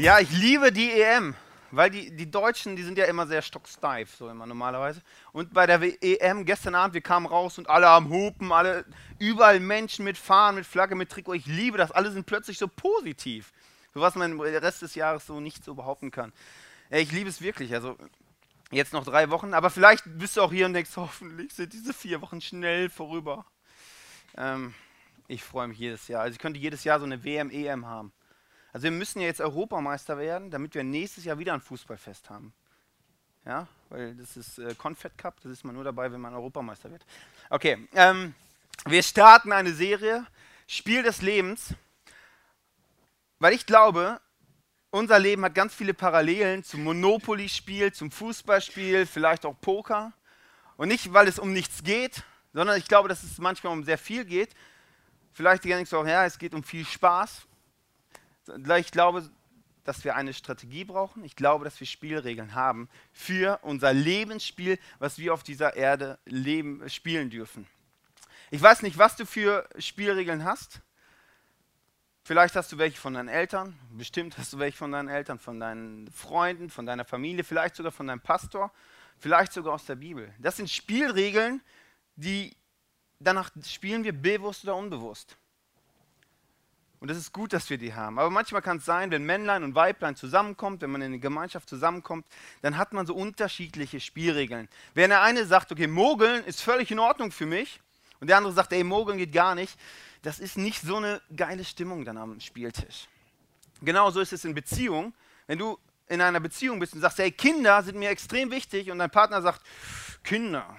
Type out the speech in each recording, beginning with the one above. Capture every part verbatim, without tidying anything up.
Ja, ich liebe die E M, weil die, die Deutschen, die sind ja immer sehr stocksteif, so immer normalerweise. Und bei der E M gestern Abend, wir kamen raus und alle am Hupen, alle, überall Menschen mit Fahnen, mit Flagge, mit Trikot. Ich liebe das, alle sind plötzlich so positiv. So was man den Rest des Jahres so nicht so behaupten kann. Ja, ich liebe es wirklich, also jetzt noch drei Wochen, aber vielleicht bist du auch hier und denkst, hoffentlich sind diese vier Wochen schnell vorüber. Ähm, ich freue mich jedes Jahr. Also ich könnte jedes Jahr so eine W M, E M haben. Also wir müssen ja jetzt Europameister werden, damit wir nächstes Jahr wieder ein Fußballfest haben. Ja, weil das ist äh, Confed Cup, das ist man nur dabei, wenn man Europameister wird. Okay, ähm, wir starten eine Serie, Spiel des Lebens, weil ich glaube, unser Leben hat ganz viele Parallelen zum Monopoly-Spiel, zum Fußballspiel, vielleicht auch Poker. Und nicht, weil es um nichts geht, sondern ich glaube, dass es manchmal um sehr viel geht. Vielleicht denkst du auch, ja, es geht um viel Spaß. Ich glaube, dass wir eine Strategie brauchen. Ich glaube, dass wir Spielregeln haben für unser Lebensspiel, was wir auf dieser Erde leben, spielen dürfen. Ich weiß nicht, was du für Spielregeln hast. Vielleicht hast du welche von deinen Eltern, bestimmt hast du welche von deinen Eltern, von deinen Freunden, von deiner Familie, vielleicht sogar von deinem Pastor, vielleicht sogar aus der Bibel. Das sind Spielregeln, die danach spielen wir bewusst oder unbewusst. Und es ist gut, dass wir die haben. Aber manchmal kann es sein, wenn Männlein und Weiblein zusammenkommt, wenn man in eine Gemeinschaft zusammenkommt, dann hat man so unterschiedliche Spielregeln. Wenn der eine sagt, okay, Mogeln ist völlig in Ordnung für mich, und der andere sagt, ey, Mogeln geht gar nicht, das ist nicht so eine geile Stimmung dann am Spieltisch. Genauso ist es in Beziehungen. Wenn du in einer Beziehung bist und sagst, hey, Kinder sind mir extrem wichtig, und dein Partner sagt, Kinder,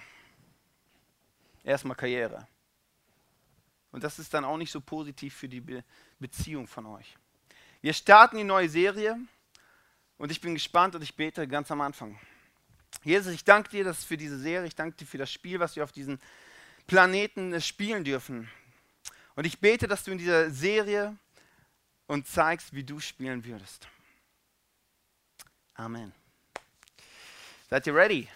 erstmal Karriere. Und das ist dann auch nicht so positiv für die Be- Beziehung von euch. Wir starten die neue Serie und ich bin gespannt und ich bete ganz am Anfang. Jesus, ich danke dir dass für diese Serie, ich danke dir für das Spiel, was wir auf diesem Planeten spielen dürfen. Und ich bete, dass du in dieser Serie uns zeigst, wie du spielen würdest. Amen. Seid ihr ready?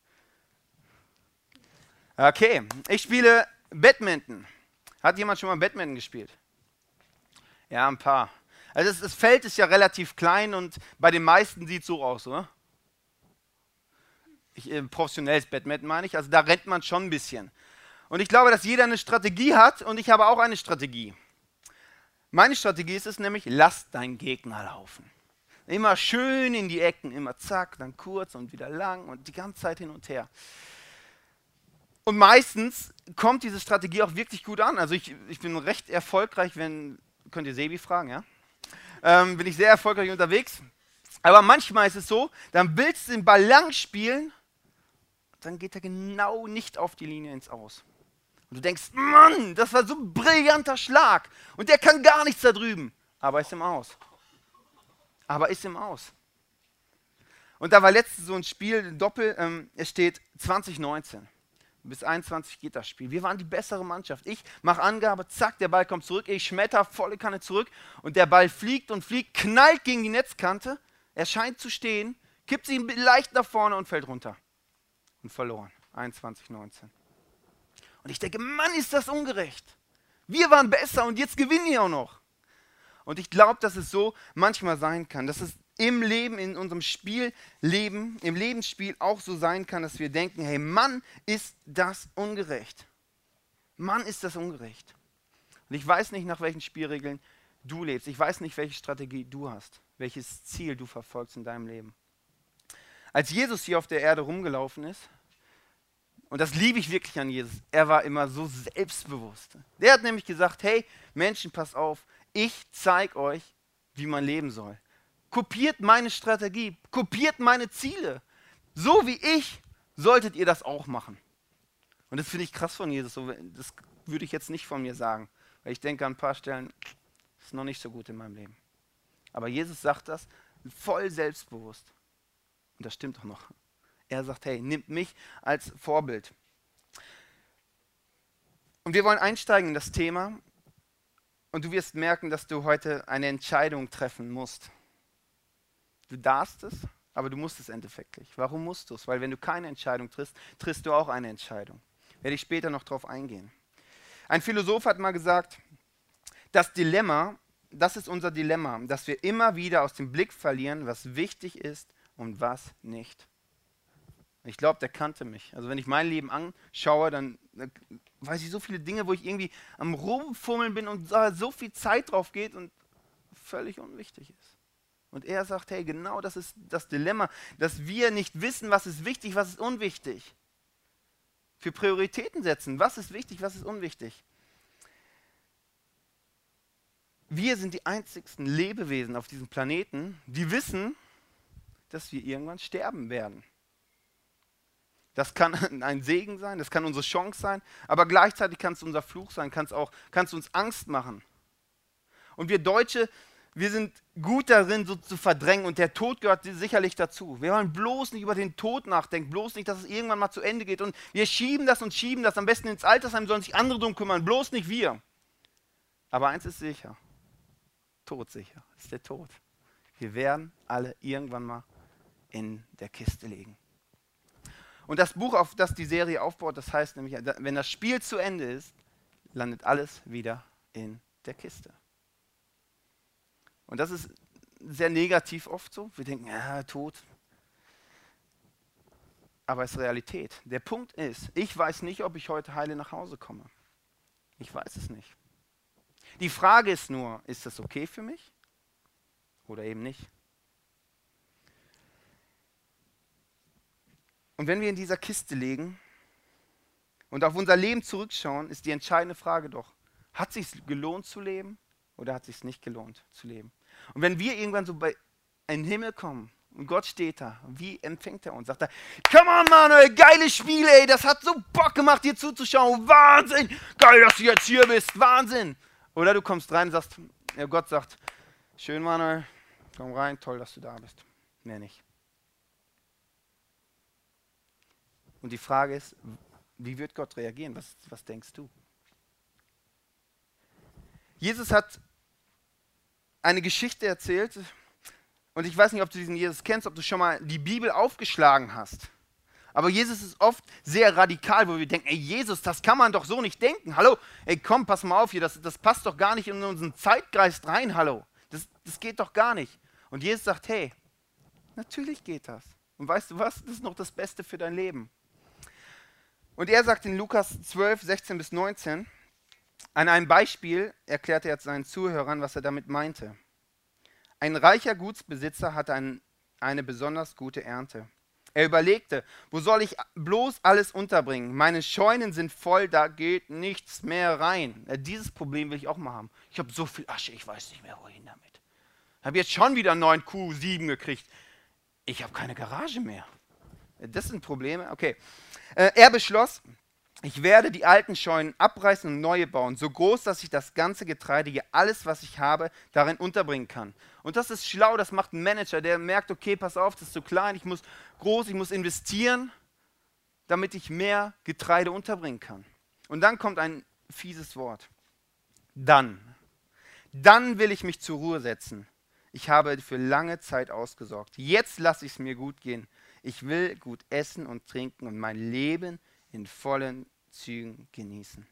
Okay, ich spiele Badminton. Hat jemand schon mal Badminton gespielt? Ja, ein paar. Also das, das Feld ist ja relativ klein und bei den meisten sieht es so aus, oder? Ich, äh, professionelles Badminton meine ich, also da rennt man schon ein bisschen. Und ich glaube, dass jeder eine Strategie hat und ich habe auch eine Strategie. Meine Strategie ist es nämlich, lass deinen Gegner laufen. Immer schön in die Ecken, immer zack, dann kurz und wieder lang und die ganze Zeit hin und her. Und meistens kommt diese Strategie auch wirklich gut an. Also ich, ich bin recht erfolgreich, wenn, könnt ihr Sebi fragen, ja? Ähm, bin ich sehr erfolgreich unterwegs. Aber manchmal ist es so, dann willst du den Ball lang spielen, dann geht er genau nicht auf die Linie ins Aus. Und du denkst, Mann, das war so ein brillanter Schlag. Und der kann gar nichts da drüben. Aber ist im Aus. Aber ist im Aus. Und da war letztens so ein Spiel, ein Doppel, ähm, es steht zwanzig neunzehn. Bis einundzwanzig geht das Spiel. Wir waren die bessere Mannschaft. Ich mache Angabe, zack, der Ball kommt zurück, ich schmetter volle Kanne zurück und der Ball fliegt und fliegt, knallt gegen die Netzkante. Er scheint zu stehen, kippt sich leicht nach vorne und fällt runter. Und verloren. einundzwanzig neunzehn. Und ich denke, Mann, ist das ungerecht. Wir waren besser und jetzt gewinnen die auch noch. Und ich glaube, dass es so manchmal sein kann, dass es im Leben, in unserem Spielleben, im Lebensspiel auch so sein kann, dass wir denken, hey, Mann, ist das ungerecht. Mann, ist das ungerecht. Und ich weiß nicht, nach welchen Spielregeln du lebst. Ich weiß nicht, welche Strategie du hast, welches Ziel du verfolgst in deinem Leben. Als Jesus hier auf der Erde rumgelaufen ist, und das liebe ich wirklich an Jesus, er war immer so selbstbewusst. Der hat nämlich gesagt, hey, Menschen, passt auf, ich zeige euch, wie man leben soll. Kopiert meine Strategie, kopiert meine Ziele. So wie ich, solltet ihr das auch machen. Und das finde ich krass von Jesus. Das würde ich jetzt nicht von mir sagen. Weil ich denke, an ein paar Stellen ist noch nicht so gut in meinem Leben. Aber Jesus sagt das voll selbstbewusst. Und das stimmt auch noch. Er sagt, hey, nimmt mich als Vorbild. Und wir wollen einsteigen in das Thema. Und du wirst merken, dass du heute eine Entscheidung treffen musst. Du darfst es, aber du musst es endeffektlich. Warum musst du es? Weil wenn du keine Entscheidung triffst, triffst du auch eine Entscheidung. Werde ich später noch drauf eingehen. Ein Philosoph hat mal gesagt, das Dilemma das ist unser Dilemma, dass wir immer wieder aus dem Blick verlieren, was wichtig ist und was nicht. Ich glaube, der kannte mich. Also wenn ich mein Leben anschaue, dann, dann weiß ich so viele Dinge, wo ich irgendwie am Rumfummeln bin und so viel Zeit drauf geht und völlig unwichtig ist. Und er sagt, hey, genau das ist das Dilemma, dass wir nicht wissen, was ist wichtig, was ist unwichtig. Für Prioritäten setzen, was ist wichtig, was ist unwichtig. Wir sind die einzigsten Lebewesen auf diesem Planeten, die wissen, dass wir irgendwann sterben werden. Das kann ein Segen sein, das kann unsere Chance sein, aber gleichzeitig kann es unser Fluch sein, kann es auch, kann es uns Angst machen. Und wir Deutsche, wir sind gut darin, so zu verdrängen und der Tod gehört sicherlich dazu. Wir wollen bloß nicht über den Tod nachdenken, bloß nicht, dass es irgendwann mal zu Ende geht und wir schieben das und schieben das, am besten ins Altersheim, sollen sich andere drum kümmern, bloß nicht wir. Aber eins ist sicher, todsicher, das ist der Tod. Wir werden alle irgendwann mal in der Kiste liegen. Und das Buch, auf das die Serie aufbaut, das heißt nämlich, wenn das Spiel zu Ende ist, landet alles wieder in der Kiste. Und das ist sehr negativ oft so. Wir denken, ja, Tod. Aber es ist Realität. Der Punkt ist, ich weiß nicht, ob ich heute heile nach Hause komme. Ich weiß es nicht. Die Frage ist nur, ist das okay für mich oder eben nicht? Und wenn wir in dieser Kiste liegen und auf unser Leben zurückschauen, ist die entscheidende Frage doch, hat es sich gelohnt zu leben oder hat es sich nicht gelohnt zu leben? Und wenn wir irgendwann so bei in den Himmel kommen und Gott steht da, wie empfängt er uns? Sagt er, come on Manuel, geiles Spiel, ey, das hat so Bock gemacht, dir zuzuschauen, Wahnsinn, geil, dass du jetzt hier bist, Wahnsinn. Oder du kommst rein und sagst, ja, Gott sagt, schön Manuel, komm rein, toll, dass du da bist, mehr nicht. Und die Frage ist, wie wird Gott reagieren? Was, was denkst du? Jesus hat eine Geschichte erzählt und ich weiß nicht, ob du diesen Jesus kennst, ob du schon mal die Bibel aufgeschlagen hast. Aber Jesus ist oft sehr radikal, wo wir denken, ey Jesus, das kann man doch so nicht denken. Hallo, ey komm, pass mal auf hier, das, das passt doch gar nicht in unseren Zeitgeist rein, hallo. Das, das geht doch gar nicht. Und Jesus sagt, hey, natürlich geht das. Und weißt du was, das ist noch das Beste für dein Leben. Und er sagt in Lukas zwölf, sechzehn bis neunzehn, an einem Beispiel erklärte er seinen Zuhörern, was er damit meinte. Ein reicher Gutsbesitzer hatte ein, eine besonders gute Ernte. Er überlegte, wo soll ich bloß alles unterbringen? Meine Scheunen sind voll, da geht nichts mehr rein. Ja, dieses Problem will ich auch mal haben. Ich habe so viel Asche, ich weiß nicht mehr, wohin damit. Ich habe jetzt schon wieder einen neuen Q sieben gekriegt. Ich habe keine Garage mehr. Das sind Probleme. Okay. Äh, er beschloss, ich werde die alten Scheunen abreißen und neue bauen, so groß, dass ich das ganze Getreide hier, alles, was ich habe, darin unterbringen kann. Und das ist schlau, das macht ein Manager, der merkt, okay, pass auf, das ist zu klein, ich muss groß, ich muss investieren, damit ich mehr Getreide unterbringen kann. Und dann kommt ein fieses Wort. Dann. Dann will ich mich zur Ruhe setzen. Ich habe für lange Zeit ausgesorgt. Jetzt lasse ich es mir gut gehen. Ich will gut essen und trinken und mein Leben in vollen Zügen genießen.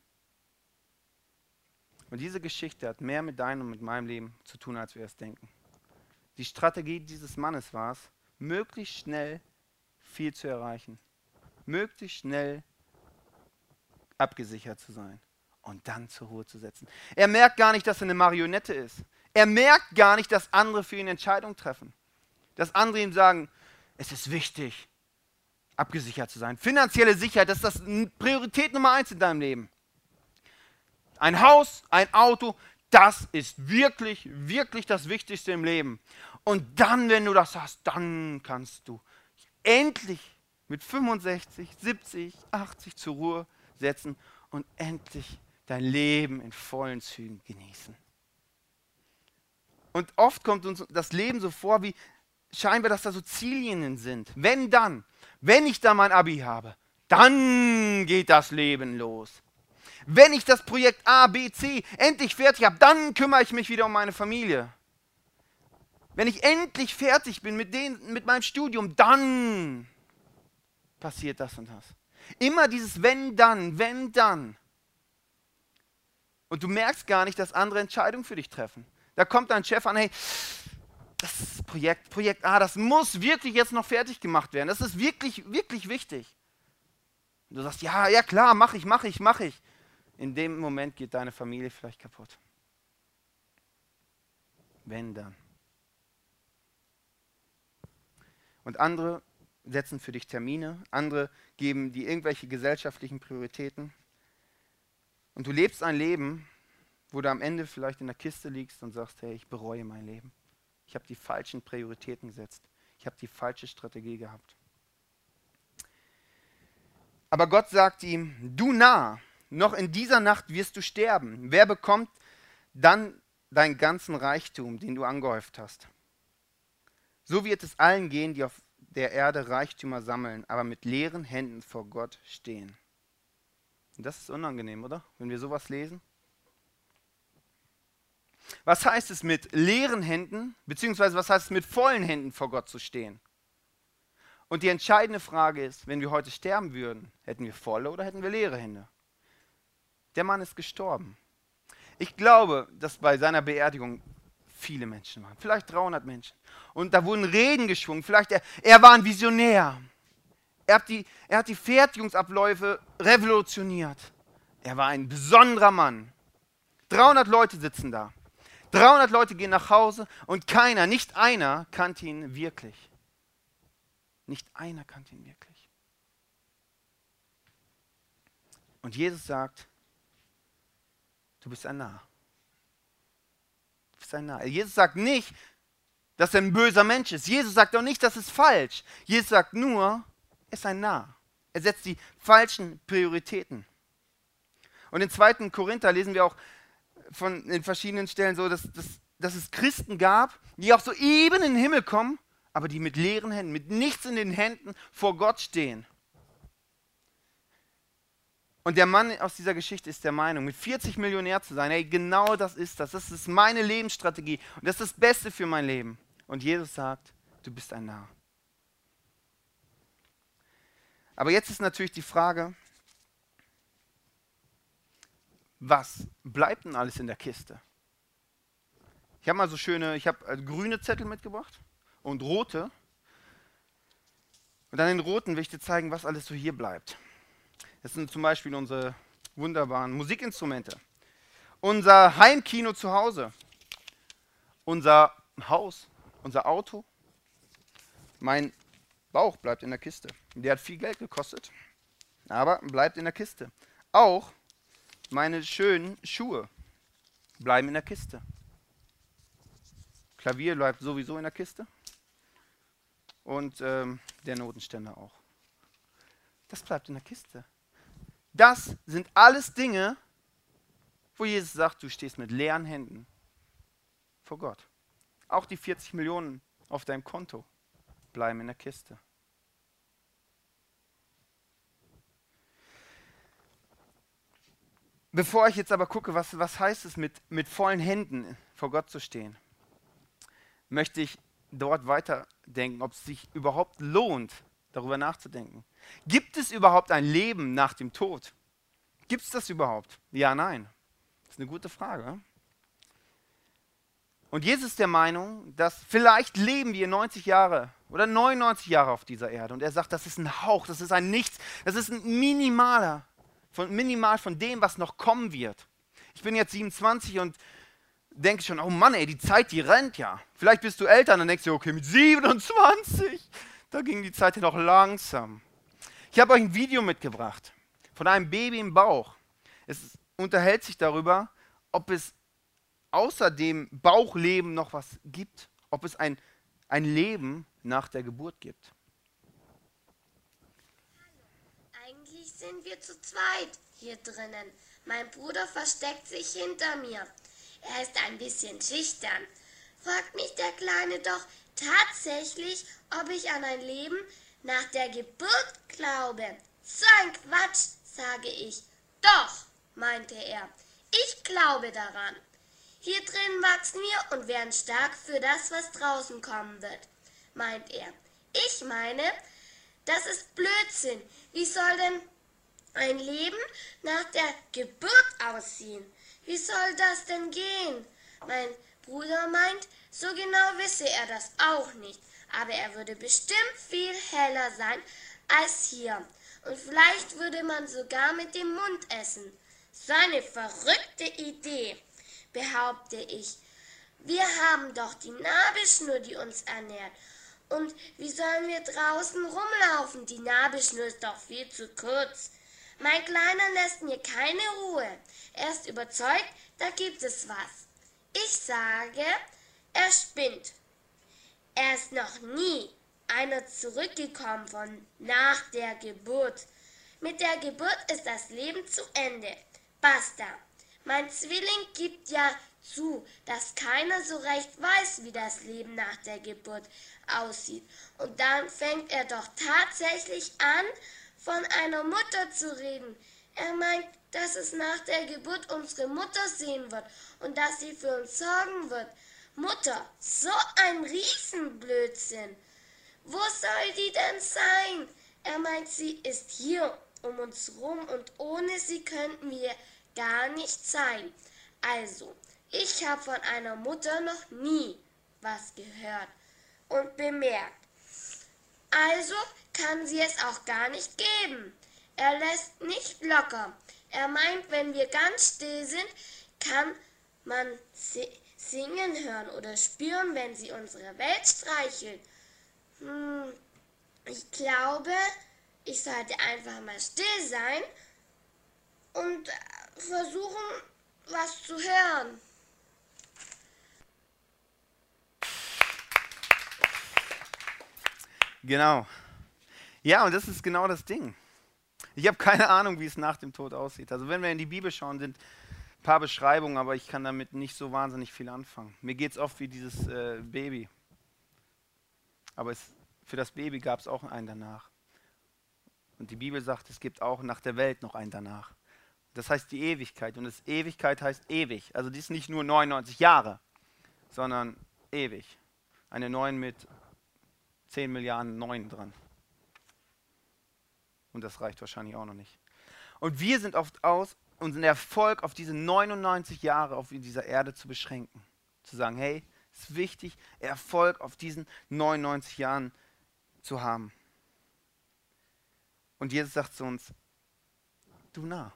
Und diese Geschichte hat mehr mit deinem und mit meinem Leben zu tun, als wir es denken. Die Strategie dieses Mannes war es, möglichst schnell viel zu erreichen, möglichst schnell abgesichert zu sein und dann zur Ruhe zu setzen. Er merkt gar nicht, dass er eine Marionette ist. Er merkt gar nicht, dass andere für ihn Entscheidungen treffen. Dass andere ihm sagen, es ist wichtig, abgesichert zu sein. Finanzielle Sicherheit, das ist das Priorität Nummer eins in deinem Leben. Ein Haus, ein Auto, das ist wirklich, wirklich das Wichtigste im Leben. Und dann, wenn du das hast, dann kannst du endlich mit fünfundsechzig, siebzig, achtzig zur Ruhe setzen und endlich dein Leben in vollen Zügen genießen. Und oft kommt uns das Leben so vor, wie scheinbar, dass da so Ziellinien sind. Wenn dann, wenn ich da mein Abi habe, dann geht das Leben los. Wenn ich das Projekt A, B, C endlich fertig habe, dann kümmere ich mich wieder um meine Familie. Wenn ich endlich fertig bin mit, den, mit meinem Studium, dann passiert das und das. Immer dieses wenn, dann, wenn, dann. Und du merkst gar nicht, dass andere Entscheidungen für dich treffen. Da kommt dein Chef an, hey, das Projekt, Projekt A, das muss wirklich jetzt noch fertig gemacht werden. Das ist wirklich, wirklich wichtig. Und du sagst, ja, ja klar, mach ich, mach ich, mach ich. In dem Moment geht deine Familie vielleicht kaputt. Wenn dann. Und andere setzen für dich Termine, andere geben dir irgendwelche gesellschaftlichen Prioritäten. Und du lebst ein Leben, wo du am Ende vielleicht in der Kiste liegst und sagst, hey, ich bereue mein Leben. Ich habe die falschen Prioritäten gesetzt. Ich habe die falsche Strategie gehabt. Aber Gott sagt ihm, du Narr, noch in dieser Nacht wirst du sterben. Wer bekommt dann deinen ganzen Reichtum, den du angehäuft hast? So wird es allen gehen, die auf der Erde Reichtümer sammeln, aber mit leeren Händen vor Gott stehen. Und das ist unangenehm, oder? Wenn wir sowas lesen. Was heißt es mit leeren Händen, beziehungsweise was heißt es mit vollen Händen vor Gott zu stehen? Und die entscheidende Frage ist, wenn wir heute sterben würden, hätten wir volle oder hätten wir leere Hände? Der Mann ist gestorben. Ich glaube, dass bei seiner Beerdigung viele Menschen waren, vielleicht dreihundert Menschen. Und da wurden Reden geschwungen, vielleicht er, er war ein Visionär. Er hat, die, er hat die Fertigungsabläufe revolutioniert. Er war ein besonderer Mann. dreihundert Leute sitzen da. dreihundert Leute gehen nach Hause und keiner, nicht einer, kannte ihn wirklich. Nicht einer kannte ihn wirklich. Und Jesus sagt, du bist ein Narr. Du bist ein Narr. Jesus sagt nicht, dass er ein böser Mensch ist. Jesus sagt auch nicht, das ist falsch. Jesus sagt nur, er ist ein Narr. Er setzt die falschen Prioritäten. Und in zweiten Korinther lesen wir auch von in verschiedenen Stellen so, dass, dass, dass es Christen gab, die auch so eben in den Himmel kommen, aber die mit leeren Händen, mit nichts in den Händen vor Gott stehen. Und der Mann aus dieser Geschichte ist der Meinung, mit vierzig Millionär zu sein, hey, genau das ist das. Das ist meine Lebensstrategie und das ist das Beste für mein Leben. Und Jesus sagt, du bist ein Narr. Aber jetzt ist natürlich die Frage, was bleibt denn alles in der Kiste? Ich habe mal so schöne, ich habe grüne Zettel mitgebracht und rote. Und an den roten will ich dir zeigen, was alles so hier bleibt. Das sind zum Beispiel unsere wunderbaren Musikinstrumente, unser Heimkino zu Hause, unser Haus, unser Auto, mein Bauch bleibt in der Kiste. Der hat viel Geld gekostet, aber bleibt in der Kiste. Auch meine schönen Schuhe bleiben in der Kiste. Klavier bleibt sowieso in der Kiste. Und ähm, der Notenständer auch. Das bleibt in der Kiste. Das sind alles Dinge, wo Jesus sagt, du stehst mit leeren Händen vor Gott. Auch die vierzig Millionen auf deinem Konto bleiben in der Kiste. Bevor ich jetzt aber gucke, was, was heißt es, mit, mit vollen Händen vor Gott zu stehen, möchte ich dort weiterdenken, ob es sich überhaupt lohnt, darüber nachzudenken. Gibt es überhaupt ein Leben nach dem Tod? Gibt es das überhaupt? Ja, nein. Das ist eine gute Frage. Und Jesus ist der Meinung, dass vielleicht leben wir neunzig Jahre oder neunundneunzig Jahre auf dieser Erde. Und er sagt, das ist ein Hauch, das ist ein Nichts, das ist ein minimaler, von, minimal von dem, was noch kommen wird. Ich bin jetzt siebenundzwanzig und denke schon, oh Mann, ey, die Zeit, die rennt ja. Vielleicht bist du älter und dann denkst du, okay, mit siebenundzwanzig, da ging die Zeit ja noch langsam. Ich habe euch ein Video mitgebracht von einem Baby im Bauch. Es unterhält sich darüber, ob es außer dem Bauchleben noch was gibt, ob es ein, ein Leben nach der Geburt gibt. Eigentlich sind wir zu zweit hier drinnen. Mein Bruder versteckt sich hinter mir. Er ist ein bisschen schüchtern. Fragt mich der Kleine doch tatsächlich, ob ich an ein Leben nach der Geburt glaube. So ein Quatsch, sage ich. Doch, meinte er. Ich glaube daran. Hier drin wachsen wir und werden stark für das, was draußen kommen wird, meint er. Ich meine, das ist Blödsinn. Wie soll denn ein Leben nach der Geburt aussehen? Wie soll das denn gehen? Mein Bruder meint, so genau wisse er das auch nicht, aber er würde bestimmt viel heller sein als hier. Und vielleicht würde man sogar mit dem Mund essen. So eine verrückte Idee, behaupte ich. Wir haben doch die Nabelschnur, die uns ernährt. Und wie sollen wir draußen rumlaufen? Die Nabelschnur ist doch viel zu kurz. Mein Kleiner lässt mir keine Ruhe. Er ist überzeugt, da gibt es was. Ich sage, er spinnt. Er ist noch nie einer zurückgekommen von nach der Geburt. Mit der Geburt ist das Leben zu Ende. Basta. Mein Zwilling gibt ja zu, dass keiner so recht weiß, wie das Leben nach der Geburt aussieht. Und dann fängt er doch tatsächlich an, von einer Mutter zu reden. Er meint, dass es nach der Geburt unsere Mutter sehen wird und dass sie für uns sorgen wird. Mutter, so ein Riesenblödsinn. Wo soll die denn sein? Er meint, sie ist hier um uns rum und ohne sie könnten wir gar nicht sein. Also, ich habe von einer Mutter noch nie was gehört und bemerkt. Also kann sie es auch gar nicht geben. Er lässt nicht locker. Er meint, wenn wir ganz still sind, kann man singen hören oder spüren, wenn sie unsere Welt streichelt. Hm, ich glaube, ich sollte einfach mal still sein und versuchen, was zu hören. Genau. Ja, und das ist genau das Ding. Ich habe keine Ahnung, wie es nach dem Tod aussieht. Also wenn wir in die Bibel schauen, sind ein paar Beschreibungen, aber ich kann damit nicht so wahnsinnig viel anfangen. Mir geht es oft wie dieses äh, Baby. Aber es, für das Baby gab es auch einen danach. Und die Bibel sagt, es gibt auch nach der Welt noch einen danach. Das heißt die Ewigkeit. Und das Ewigkeit heißt ewig. Also die ist nicht nur neunundneunzig Jahre, sondern ewig. Eine neun mit zehn Milliarden Neun dran. Und das reicht wahrscheinlich auch noch nicht. Und wir sind oft aus, unseren Erfolg auf diese neunundneunzig Jahre auf dieser Erde zu beschränken. Zu sagen, hey, es ist wichtig, Erfolg auf diesen neunundneunzig Jahren zu haben. Und Jesus sagt zu uns, du nah.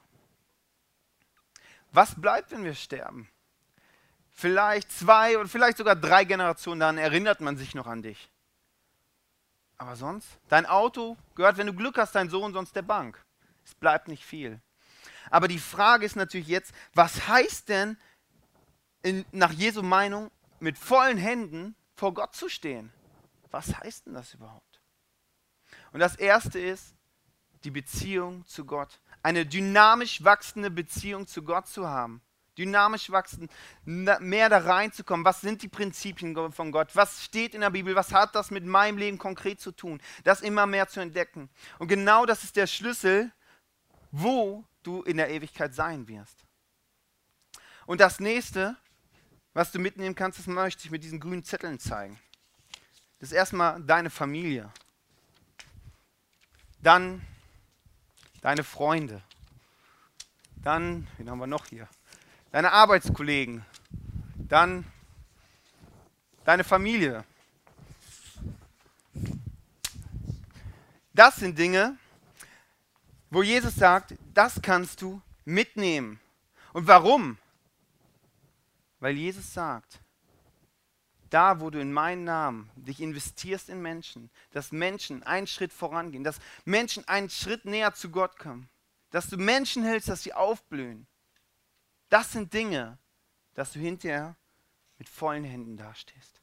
Was bleibt, wenn wir sterben? Vielleicht zwei oder vielleicht sogar drei Generationen, dann erinnert man sich noch an dich. Aber sonst, dein Auto gehört, wenn du Glück hast, dein Sohn, sonst der Bank. Es bleibt nicht viel. Aber die Frage ist natürlich jetzt, was heißt denn in, nach Jesu Meinung mit vollen Händen vor Gott zu stehen? Was heißt denn das überhaupt? Und das Erste ist die Beziehung zu Gott. Eine dynamisch wachsende Beziehung zu Gott zu haben. Dynamisch wachsen, mehr da reinzukommen. Was sind die Prinzipien von Gott? Was steht in der Bibel? Was hat das mit meinem Leben konkret zu tun? Das immer mehr zu entdecken. Und genau das ist der Schlüssel, wo du in der Ewigkeit sein wirst. Und das nächste, was du mitnehmen kannst, das möchte ich mit diesen grünen Zetteln zeigen. Das ist erstmal deine Familie. Dann deine Freunde. Dann, wen haben wir noch hier? Deine Arbeitskollegen, dann deine Familie. Das sind Dinge, wo Jesus sagt, das kannst du mitnehmen. Und warum? Weil Jesus sagt, da wo du in meinen Namen dich investierst in Menschen, dass Menschen einen Schritt vorangehen, dass Menschen einen Schritt näher zu Gott kommen, dass du Menschen hilfst, dass sie aufblühen. Das sind Dinge, dass du hinterher mit vollen Händen dastehst.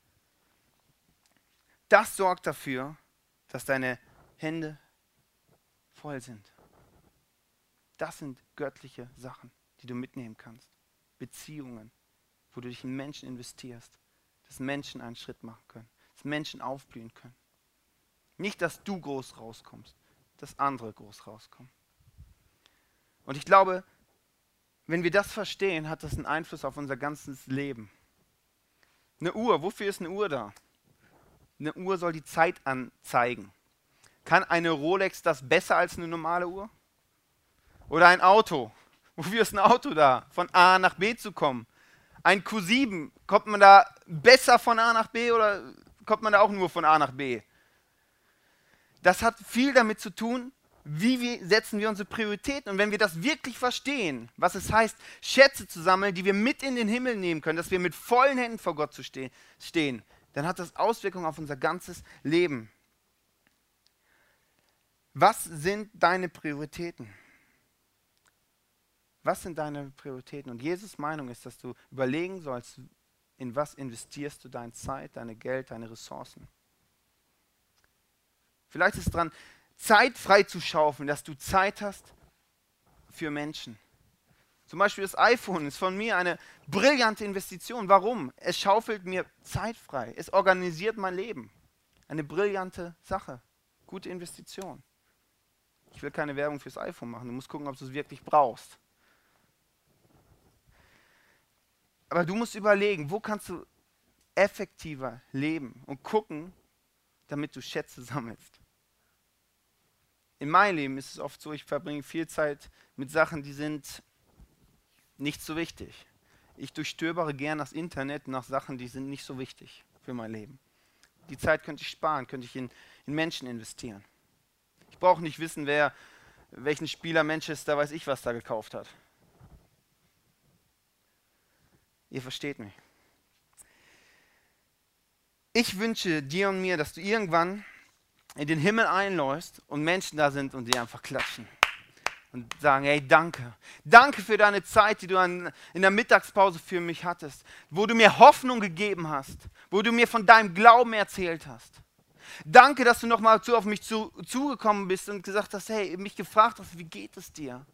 Das sorgt dafür, dass deine Hände voll sind. Das sind göttliche Sachen, die du mitnehmen kannst. Beziehungen, wo du dich in Menschen investierst, dass Menschen einen Schritt machen können, dass Menschen aufblühen können. Nicht, dass du groß rauskommst, dass andere groß rauskommen. Und ich glaube, wenn wir das verstehen, hat das einen Einfluss auf unser ganzes Leben. Eine Uhr, wofür ist eine Uhr da? Eine Uhr soll die Zeit anzeigen. Kann eine Rolex das besser als eine normale Uhr? Oder ein Auto? Wofür ist ein Auto da? Von A nach B zu kommen. Ein Q sieben, kommt man da besser von A nach B oder kommt man da auch nur von A nach B? Das hat viel damit zu tun, wie wir, setzen wir unsere Prioritäten. Und wenn wir das wirklich verstehen, was es heißt, Schätze zu sammeln, die wir mit in den Himmel nehmen können, dass wir mit vollen Händen vor Gott zu stehen, stehen, dann hat das Auswirkungen auf unser ganzes Leben. Was sind deine Prioritäten? Was sind deine Prioritäten? Und Jesus' Meinung ist, dass du überlegen sollst, in was investierst du deine Zeit, deine Geld, deine Ressourcen. Vielleicht ist es dran, Zeit frei zu schaufeln, dass du Zeit hast für Menschen. Zum Beispiel das iPhone ist von mir eine brillante Investition. Warum? Es schaufelt mir Zeit frei. Es organisiert mein Leben. Eine brillante Sache. Gute Investition. Ich will keine Werbung fürs iPhone machen. Du musst gucken, ob du es wirklich brauchst. Aber du musst überlegen, wo kannst du effektiver leben und gucken, damit du Schätze sammelst. In meinem Leben ist es oft so, ich verbringe viel Zeit mit Sachen, die sind nicht so wichtig. Ich durchstöbere gern das Internet nach Sachen, die sind nicht so wichtig für mein Leben. Die Zeit könnte ich sparen, könnte ich in, in Menschen investieren. Ich brauche nicht wissen, wer welchen Spieler Manchester, weiß ich was, da gekauft hat. Ihr versteht mich. Ich wünsche dir und mir, dass du irgendwann in den Himmel einläufst und Menschen da sind und die einfach klatschen und sagen, hey, danke. Danke für deine Zeit, die du an, in der Mittagspause für mich hattest, wo du mir Hoffnung gegeben hast, wo du mir von deinem Glauben erzählt hast. Danke, dass du nochmal zu, auf mich zu, zugekommen bist und gesagt hast, hey, mich gefragt hast, wie geht es dir?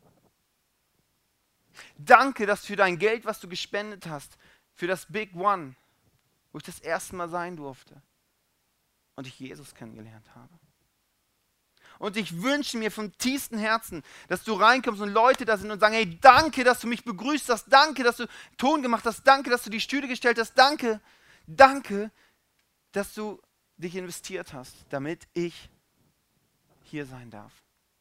Danke, dass für dein Geld, was du gespendet hast, für das Big One, wo ich das erste Mal sein durfte und ich Jesus kennengelernt habe. Und ich wünsche mir vom tiefsten Herzen, dass du reinkommst und Leute da sind und sagen, hey, danke, dass du mich begrüßt hast, danke, dass du Ton gemacht hast, danke, dass du die Stühle gestellt hast, danke, danke, dass du dich investiert hast, damit ich hier sein darf.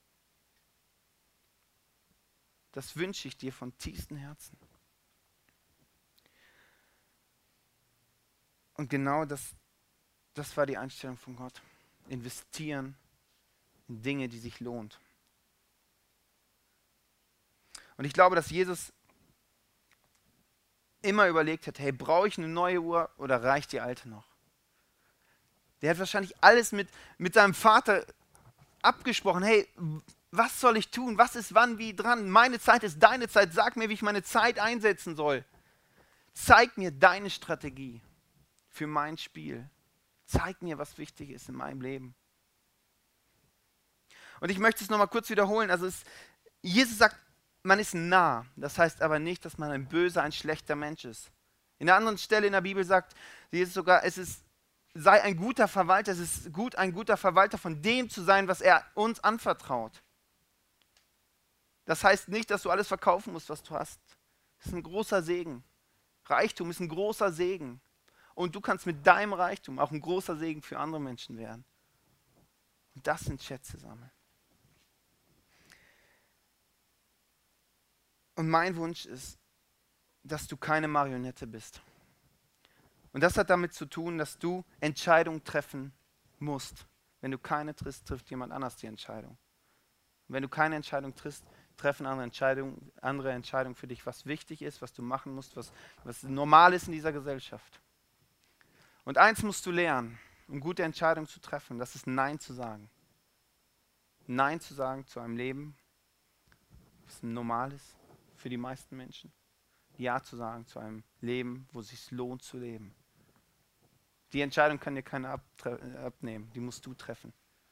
Das wünsche ich dir von tiefstem Herzen. Und genau das, das war die Einstellung von Gott. Investieren in Dinge, die sich lohnt. Und ich glaube, dass Jesus immer überlegt hat, hey, brauche ich eine neue Uhr oder reicht die alte noch? Der hat wahrscheinlich alles mit, mit seinem Vater abgesprochen. Hey, was soll ich tun? Was ist wann wie dran? Meine Zeit ist deine Zeit. Sag mir, wie ich meine Zeit einsetzen soll. Zeig mir deine Strategie für mein Spiel. Zeig mir, was wichtig ist in meinem Leben. Und ich möchte es nochmal kurz wiederholen. Also es, Jesus sagt, man ist nah. Das heißt aber nicht, dass man ein böser, ein schlechter Mensch ist. In einer anderen Stelle in der Bibel sagt Jesus sogar, es ist, sei ein guter Verwalter. Es ist gut, ein guter Verwalter von dem zu sein, was er uns anvertraut. Das heißt nicht, dass du alles verkaufen musst, was du hast. Das ist ein großer Segen. Reichtum ist ein großer Segen. Und du kannst mit deinem Reichtum auch ein großer Segen für andere Menschen werden. Und das sind Schätze sammeln. Und mein Wunsch ist, dass du keine Marionette bist. Und das hat damit zu tun, dass du Entscheidungen treffen musst. Wenn du keine triffst, trifft jemand anders die Entscheidung. Und wenn du keine Entscheidung triffst, treffen andere Entscheidungen, andere Entscheidungen für dich, was wichtig ist, was du machen musst, was, was normal ist in dieser Gesellschaft. Und eins musst du lernen, um gute Entscheidungen zu treffen, das ist Nein zu sagen. Nein zu sagen zu einem Leben, was normal ist für die meisten Menschen. Ja zu sagen zu einem Leben, wo es sich lohnt zu leben. Die Entscheidung kann dir keiner abnehmen, die musst du treffen.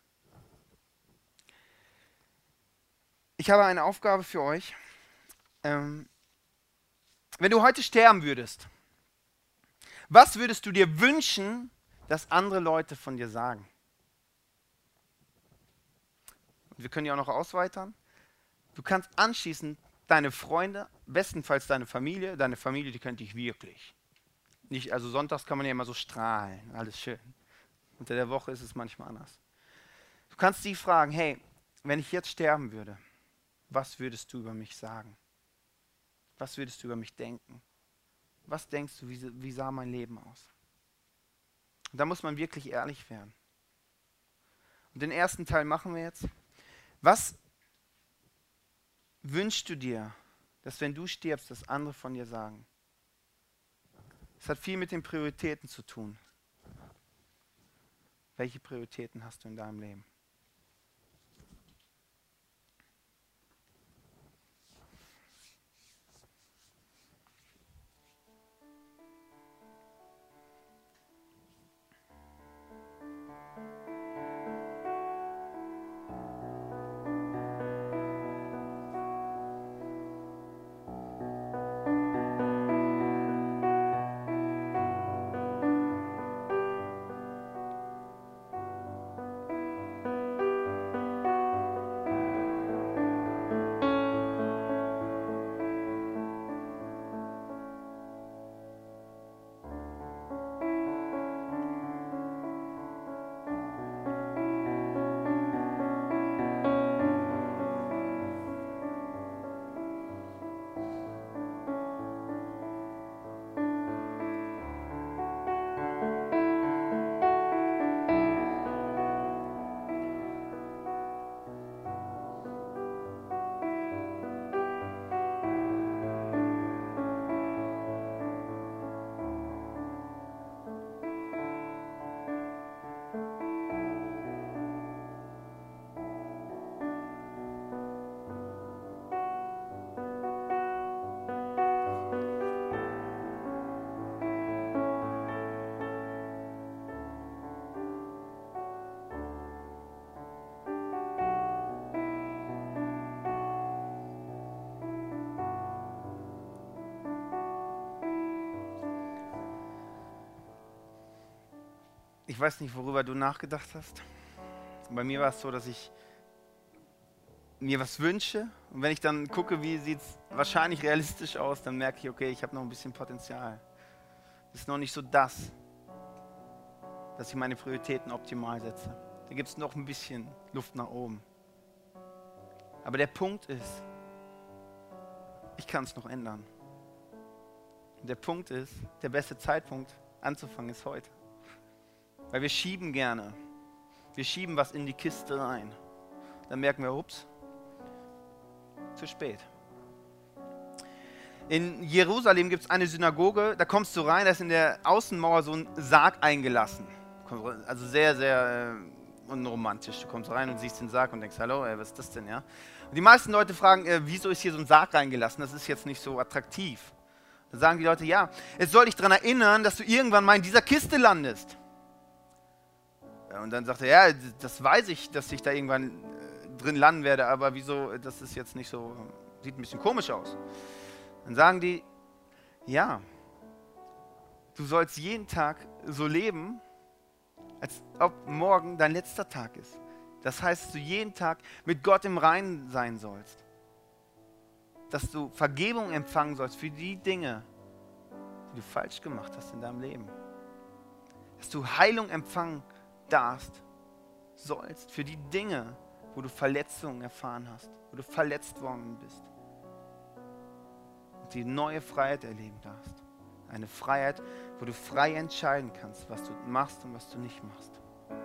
Ich habe eine Aufgabe für euch. Ähm, wenn du heute sterben würdest, was würdest du dir wünschen, dass andere Leute von dir sagen? Und wir können ja auch noch ausweitern. Du kannst anschließend deine Freunde, bestenfalls deine Familie, deine Familie, die kennt dich wirklich. Nicht, also sonntags kann man ja immer so strahlen, alles schön. Unter der Woche ist es manchmal anders. Du kannst sie fragen, hey, wenn ich jetzt sterben würde, was würdest du über mich sagen? Was würdest du über mich denken? Was denkst du, wie, wie sah mein Leben aus? Und da muss man wirklich ehrlich werden. Und den ersten Teil machen wir jetzt. Was wünschst du dir, dass wenn du stirbst, dass andere von dir sagen? Es hat viel mit den Prioritäten zu tun. Welche Prioritäten hast du in deinem Leben? Ich weiß nicht, worüber du nachgedacht hast. Bei mir war es so, dass ich mir was wünsche und wenn ich dann gucke, wie sieht es wahrscheinlich realistisch aus, dann merke ich, okay, ich habe noch ein bisschen Potenzial. Das ist noch nicht so das, dass ich meine Prioritäten optimal setze. Da gibt es noch ein bisschen Luft nach oben. Aber der Punkt ist, ich kann es noch ändern. Und der Punkt ist, der beste Zeitpunkt anzufangen ist heute. Weil wir schieben gerne. Wir schieben was in die Kiste rein. Dann merken wir, ups, zu spät. In Jerusalem gibt es eine Synagoge, da kommst du rein, da ist in der Außenmauer so ein Sarg eingelassen. Also sehr, sehr äh, unromantisch. Du kommst rein und siehst den Sarg und denkst, hallo, ey, was ist das denn, ja? Und die meisten Leute fragen, äh, wieso ist hier so ein Sarg reingelassen? Das ist jetzt nicht so attraktiv. Dann sagen die Leute, ja, es soll dich daran erinnern, dass du irgendwann mal in dieser Kiste landest. Und dann sagt er, ja, das weiß ich, dass ich da irgendwann äh, drin landen werde, aber wieso, das ist jetzt nicht so, sieht ein bisschen komisch aus. Dann sagen die, ja, du sollst jeden Tag so leben, als ob morgen dein letzter Tag ist. Das heißt, dass du jeden Tag mit Gott im Reinen sein sollst. Dass du Vergebung empfangen sollst für die Dinge, die du falsch gemacht hast in deinem Leben. Dass du Heilung empfangen darfst, sollst für die Dinge, wo du Verletzungen erfahren hast, wo du verletzt worden bist. Und die neue Freiheit erleben darfst. Eine Freiheit, wo du frei entscheiden kannst, was du machst und was du nicht machst.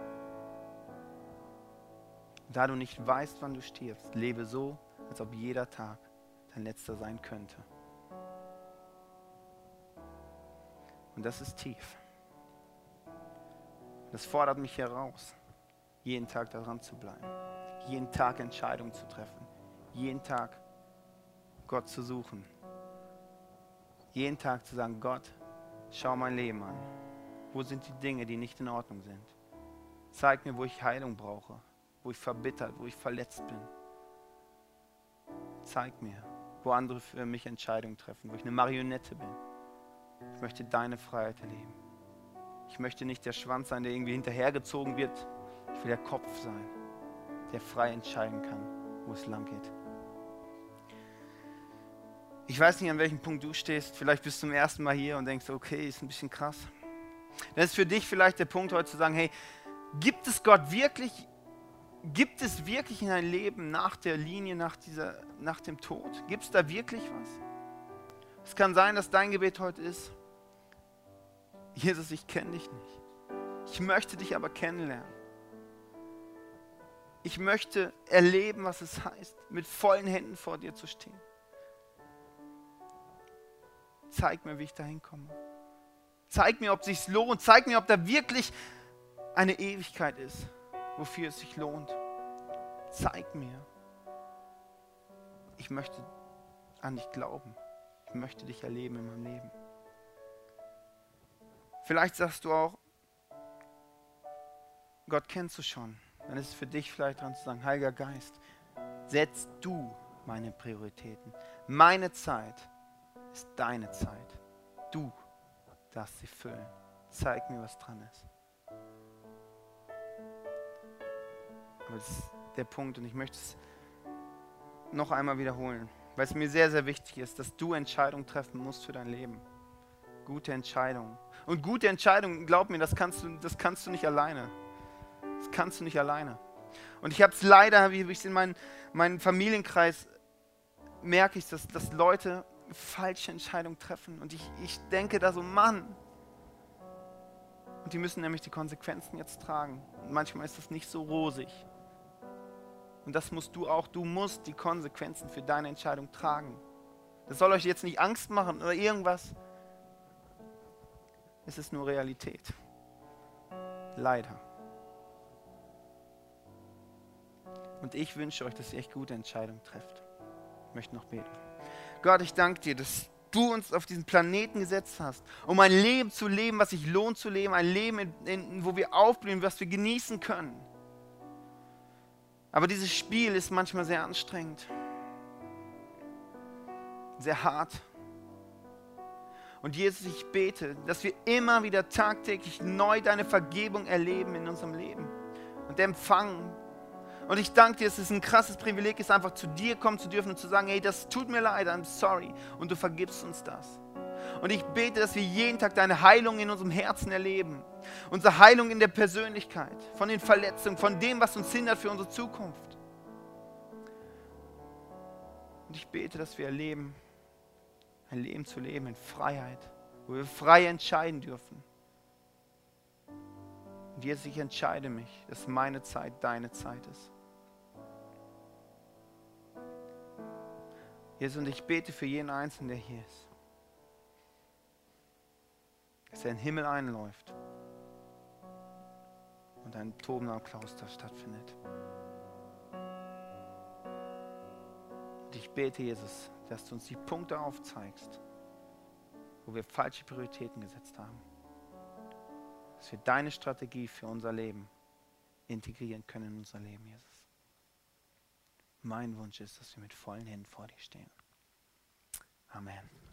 Da du nicht weißt, wann du stirbst, lebe so, als ob jeder Tag dein letzter sein könnte. Und das ist tief. Das fordert mich heraus, jeden Tag daran zu bleiben, jeden Tag Entscheidungen zu treffen, jeden Tag Gott zu suchen, jeden Tag zu sagen, Gott, schau mein Leben an. Wo sind die Dinge, die nicht in Ordnung sind? Zeig mir, wo ich Heilung brauche, wo ich verbittert, wo ich verletzt bin. Zeig mir, wo andere für mich Entscheidungen treffen, wo ich eine Marionette bin. Ich möchte deine Freiheit erleben. Ich möchte nicht der Schwanz sein, der irgendwie hinterhergezogen wird. Ich will der Kopf sein, der frei entscheiden kann, wo es lang geht. Ich weiß nicht, an welchem Punkt du stehst. Vielleicht bist du zum ersten Mal hier und denkst, okay, ist ein bisschen krass. Dann ist für dich vielleicht der Punkt heute zu sagen, hey, gibt es Gott wirklich, gibt es wirklich in deinem Leben nach der Linie, nach, dieser, nach dem Tod? Gibt es da wirklich was? Es kann sein, dass dein Gebet heute ist: Jesus, ich kenne dich nicht. Ich möchte dich aber kennenlernen. Ich möchte erleben, was es heißt, mit vollen Händen vor dir zu stehen. Zeig mir, wie ich da hinkomme. Zeig mir, ob es sich lohnt. Zeig mir, ob da wirklich eine Ewigkeit ist, wofür es sich lohnt. Zeig mir. Ich möchte an dich glauben. Ich möchte dich erleben in meinem Leben. Vielleicht sagst du auch: Gott kennst du schon. Dann ist es für dich vielleicht dran zu sagen: Heiliger Geist, setz du meine Prioritäten. Meine Zeit ist deine Zeit. Du darfst sie füllen. Zeig mir, was dran ist. Aber das ist der Punkt, und ich möchte es noch einmal wiederholen, weil es mir sehr, sehr wichtig ist, dass du Entscheidungen treffen musst für dein Leben. Gute Entscheidungen. Und gute Entscheidungen, glaub mir, das kannst du, das kannst du nicht alleine. Das kannst du nicht alleine. Und ich habe es leider, wie ich es in meinem mein Familienkreis merke ich, dass, dass Leute falsche Entscheidungen treffen. Und ich, ich denke da so: Mann. Und die müssen nämlich die Konsequenzen jetzt tragen. Und manchmal ist das nicht so rosig. Und das musst du auch. Du musst die Konsequenzen für deine Entscheidung tragen. Das soll euch jetzt nicht Angst machen oder irgendwas. Es ist nur Realität. Leider. Und ich wünsche euch, dass ihr echt gute Entscheidungen trefft. Ich möchte noch beten. Gott, ich danke dir, dass du uns auf diesen Planeten gesetzt hast, um ein Leben zu leben, was sich lohnt zu leben. Ein Leben, in, in, wo wir aufblühen, was wir genießen können. Aber dieses Spiel ist manchmal sehr anstrengend. Sehr hart. Und Jesus, ich bete, dass wir immer wieder tagtäglich neu deine Vergebung erleben in unserem Leben und empfangen. Und ich danke dir, dass es ein krasses Privileg ist, einfach zu dir kommen zu dürfen und zu sagen: Hey, das tut mir leid, I'm sorry. Und du vergibst uns das. Und ich bete, dass wir jeden Tag deine Heilung in unserem Herzen erleben. Unsere Heilung in der Persönlichkeit, von den Verletzungen, von dem, was uns hindert für unsere Zukunft. Und ich bete, dass wir erleben, ein Leben zu leben in Freiheit, wo wir frei entscheiden dürfen. Und jetzt, ich entscheide mich, dass meine Zeit deine Zeit ist. Jesus, und ich bete für jeden Einzelnen, der hier ist, dass er in den Himmel einläuft und ein tobender Applaus da stattfindet. Und ich bete, Jesus, dass du uns die Punkte aufzeigst, wo wir falsche Prioritäten gesetzt haben. Dass wir deine Strategie für unser Leben integrieren können in unser Leben, Jesus. Mein Wunsch ist, dass wir mit vollen Händen vor dir stehen. Amen.